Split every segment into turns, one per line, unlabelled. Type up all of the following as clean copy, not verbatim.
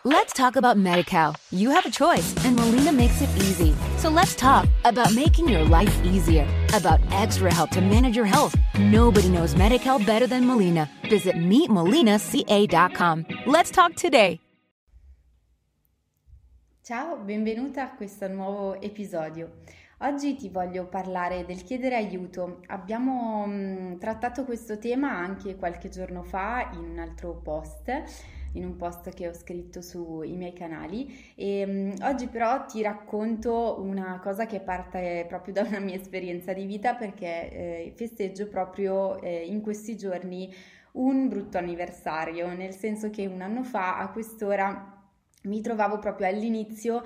Let's talk about Medi-Cal. You have a choice and Molina makes it easy. So let's talk about making your life easier, about extra help to manage your health. Nobody knows Medi-Cal better than Molina. Visit meetmolinaca.com. Let's talk today.
Ciao, benvenuta a questo nuovo episodio. Oggi ti voglio parlare del chiedere aiuto. Abbiamo trattato questo tema anche qualche giorno fa in un altro post, in un post che ho scritto sui miei canali e oggi però ti racconto una cosa che parte proprio da una mia esperienza di vita perché festeggio proprio in questi giorni un brutto anniversario, nel senso che un anno fa a quest'ora mi trovavo proprio all'inizio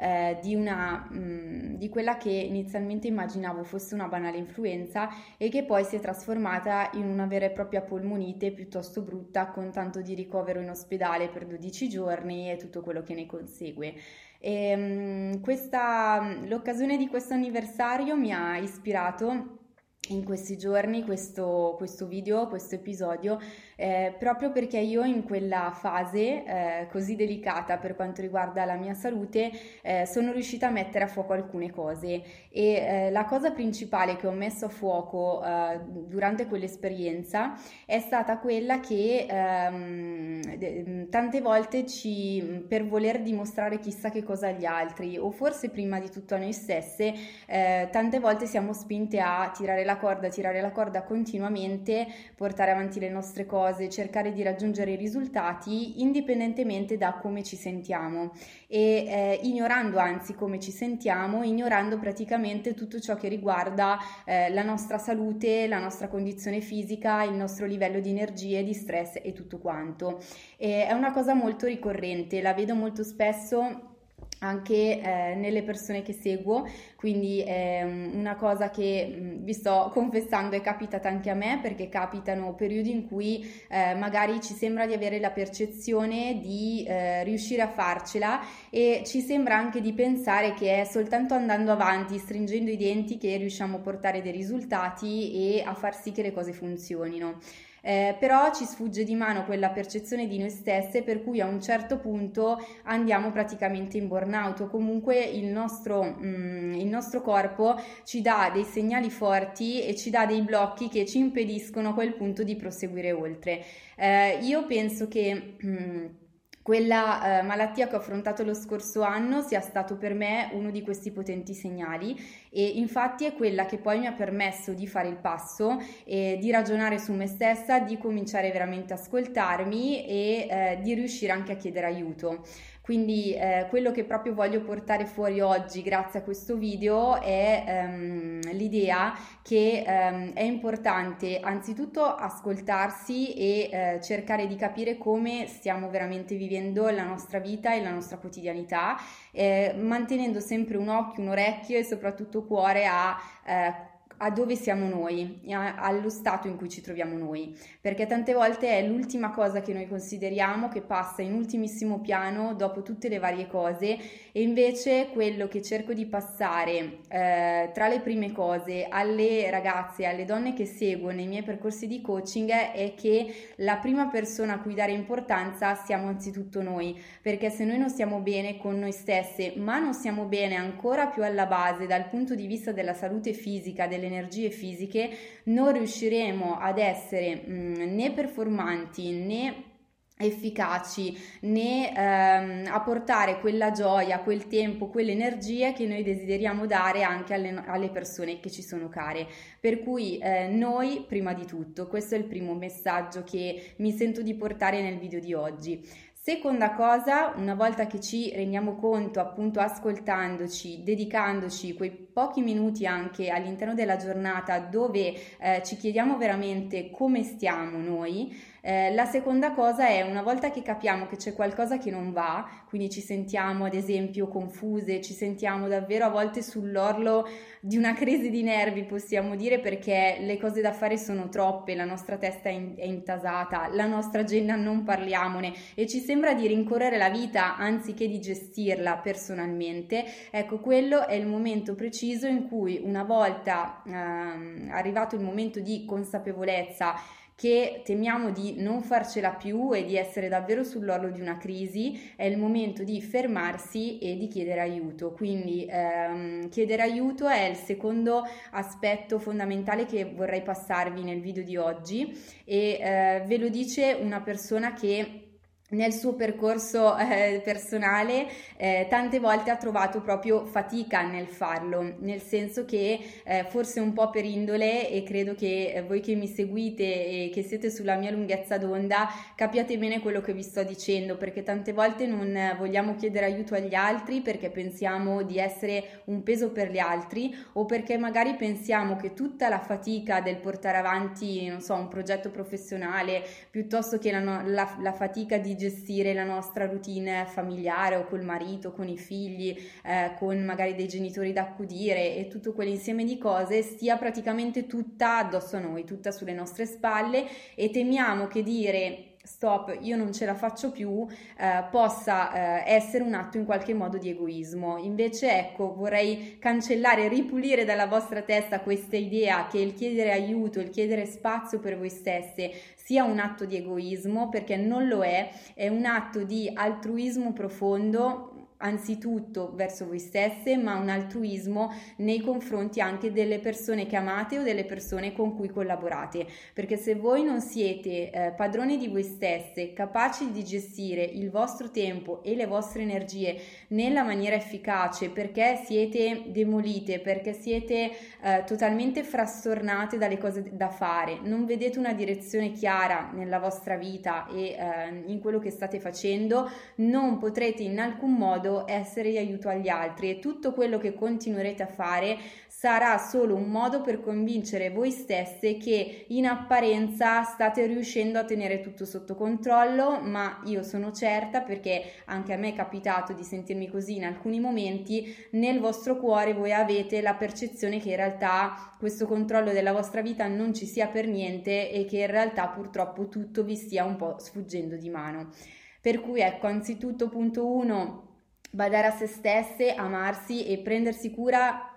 di quella che inizialmente immaginavo fosse una banale influenza e che poi si è trasformata in una vera e propria polmonite piuttosto brutta, con tanto di ricovero in ospedale per 12 giorni e tutto quello che ne consegue. L'occasione di questo anniversario mi ha ispirato in questi giorni questo video, questo episodio, proprio perché io in quella fase così delicata per quanto riguarda la mia salute sono riuscita a mettere a fuoco alcune cose e la cosa principale che ho messo a fuoco durante quell'esperienza è stata quella che tante volte per voler dimostrare chissà che cosa agli altri o forse prima di tutto a noi stesse, tante volte siamo spinte a tirare la corda continuamente, portare avanti le nostre cose, cercare di raggiungere i risultati indipendentemente da come ci sentiamo e ignorando anzi come ci sentiamo, ignorando praticamente tutto ciò che riguarda la nostra salute, la nostra condizione fisica, il nostro livello di energie, di stress e tutto quanto. È una cosa molto ricorrente, la vedo molto spesso anche nelle persone che seguo, quindi è una cosa che vi sto confessando è capitata anche a me, perché capitano periodi in cui magari ci sembra di avere la percezione di riuscire a farcela e ci sembra anche di pensare che è soltanto andando avanti, stringendo i denti, che riusciamo a portare dei risultati e a far sì che le cose funzionino. Però ci sfugge di mano quella percezione di noi stesse per cui a un certo punto andiamo praticamente in burnout o comunque il nostro corpo ci dà dei segnali forti e ci dà dei blocchi che ci impediscono a quel punto di proseguire oltre. Io penso che quella malattia che ho affrontato lo scorso anno sia stato per me uno di questi potenti segnali e infatti è quella che poi mi ha permesso di fare il passo e di ragionare su me stessa, di cominciare veramente a ascoltarmi e di riuscire anche a chiedere aiuto. Quindi quello che proprio voglio portare fuori oggi grazie a questo video è l'idea che è importante anzitutto ascoltarsi e cercare di capire come stiamo veramente vivendo la nostra vita e la nostra quotidianità, mantenendo sempre un occhio, un orecchio e soprattutto cuore a dove siamo noi, allo stato in cui ci troviamo noi, perché tante volte è l'ultima cosa che noi consideriamo, che passa in ultimissimo piano dopo tutte le varie cose, e invece quello che cerco di passare tra le prime cose alle ragazze, alle donne che seguo nei miei percorsi di coaching è che la prima persona a cui dare importanza siamo anzitutto noi, perché se noi non stiamo bene con noi stesse, ma non stiamo bene ancora più alla base dal punto di vista della salute fisica, delle energie fisiche, non riusciremo ad essere né performanti né efficaci né a portare quella gioia, quel tempo, quelle energie che noi desideriamo dare anche alle persone che ci sono care. Per cui noi prima di tutto, questo è il primo messaggio che mi sento di portare nel video di oggi. Seconda cosa, una volta che ci rendiamo conto, appunto ascoltandoci, dedicandoci quei pochi minuti anche all'interno della giornata dove ci chiediamo veramente come stiamo noi, la seconda cosa è, una volta che capiamo che c'è qualcosa che non va, quindi ci sentiamo ad esempio confuse, ci sentiamo davvero a volte sull'orlo di una crisi di nervi, possiamo dire, perché le cose da fare sono troppe, la nostra testa è intasata, la nostra agenda non parliamone e ci sembra di rincorrere la vita anziché di gestirla personalmente. Ecco, quello è il momento preciso in cui, una volta arrivato il momento di consapevolezza che temiamo di non farcela più e di essere davvero sull'orlo di una crisi, è il momento di fermarsi e di chiedere aiuto. Quindi chiedere aiuto è il secondo aspetto fondamentale che vorrei passarvi nel video di oggi, e ve lo dice una persona che nel suo percorso personale tante volte ha trovato proprio fatica nel farlo, nel senso che forse un po' per indole, e credo che voi che mi seguite e che siete sulla mia lunghezza d'onda capiate bene quello che vi sto dicendo, perché tante volte non vogliamo chiedere aiuto agli altri perché pensiamo di essere un peso per gli altri, o perché magari pensiamo che tutta la fatica del portare avanti, non so, un progetto professionale, piuttosto che la fatica di gestire la nostra routine familiare o col marito, con i figli, con magari dei genitori da accudire e tutto quell'insieme di cose, stia praticamente tutta addosso a noi, tutta sulle nostre spalle, e temiamo che dire stop, io non ce la faccio più, possa essere un atto in qualche modo di egoismo. Invece ecco, vorrei cancellare, ripulire dalla vostra testa questa idea che il chiedere aiuto, il chiedere spazio per voi stesse sia un atto di egoismo, perché non lo è un atto di altruismo profondo, anzitutto verso voi stesse, ma un altruismo nei confronti anche delle persone che amate o delle persone con cui collaborate, perché se voi non siete padroni di voi stesse, capaci di gestire il vostro tempo e le vostre energie nella maniera efficace, perché siete demolite, perché siete totalmente frastornate dalle cose da fare, non vedete una direzione chiara nella vostra vita e in quello che state facendo, non potrete in alcun modo essere di aiuto agli altri, e tutto quello che continuerete a fare sarà solo un modo per convincere voi stesse che in apparenza state riuscendo a tenere tutto sotto controllo, ma io sono certa, perché anche a me è capitato di sentirmi così in alcuni momenti, nel vostro cuore voi avete la percezione che in realtà questo controllo della vostra vita non ci sia per niente e che in realtà purtroppo tutto vi stia un po' sfuggendo di mano. Per cui ecco, anzitutto punto 1, badare a se stesse, amarsi e prendersi cura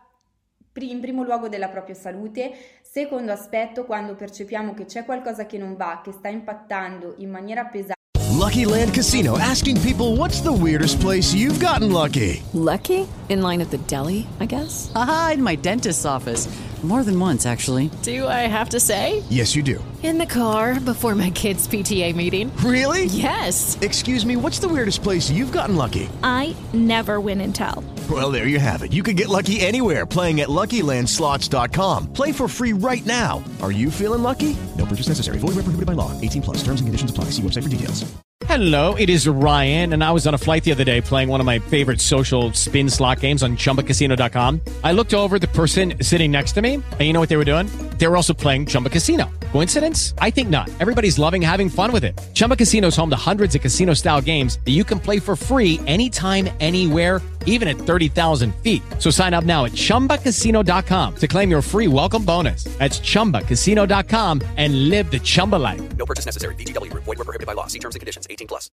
in primo luogo della propria salute. Secondo aspetto, quando percepiamo che c'è qualcosa che non va, che sta impattando in maniera pesante.
Lucky Land Casino, asking people, what's the weirdest place you've gotten lucky?
Lucky? In line at the deli, I guess?
Aha, in my dentist's office. More than once, actually.
Do I have to say?
Yes, you do.
In the car before my kids' PTA meeting.
Really?
Yes.
Excuse me, what's the weirdest place you've gotten lucky?
I never win and tell.
Well, there you have it. You can get lucky anywhere, playing at LuckyLandSlots.com. Play for free right now. Are you feeling lucky? No purchase necessary. Void where prohibited by law. 18+. Terms and conditions apply. See website for details.
Hello, it is Ryan, and I was on a flight the other day playing one of my favorite social spin slot games on ChumbaCasino.com. I looked over at the person sitting next to me, and you know what they were doing? They were also playing Chumba Casino. Coincidence? I think not. Everybody's loving having fun with it. Chumba Casino is home to hundreds of casino-style games that you can play for free anytime, anywhere, even at 30,000 feet. So sign up now at ChumbaCasino.com to claim your free welcome bonus. That's ChumbaCasino.com and live the Chumba life.
No purchase necessary. VGW. Void where prohibited by law. See terms and conditions. 18+.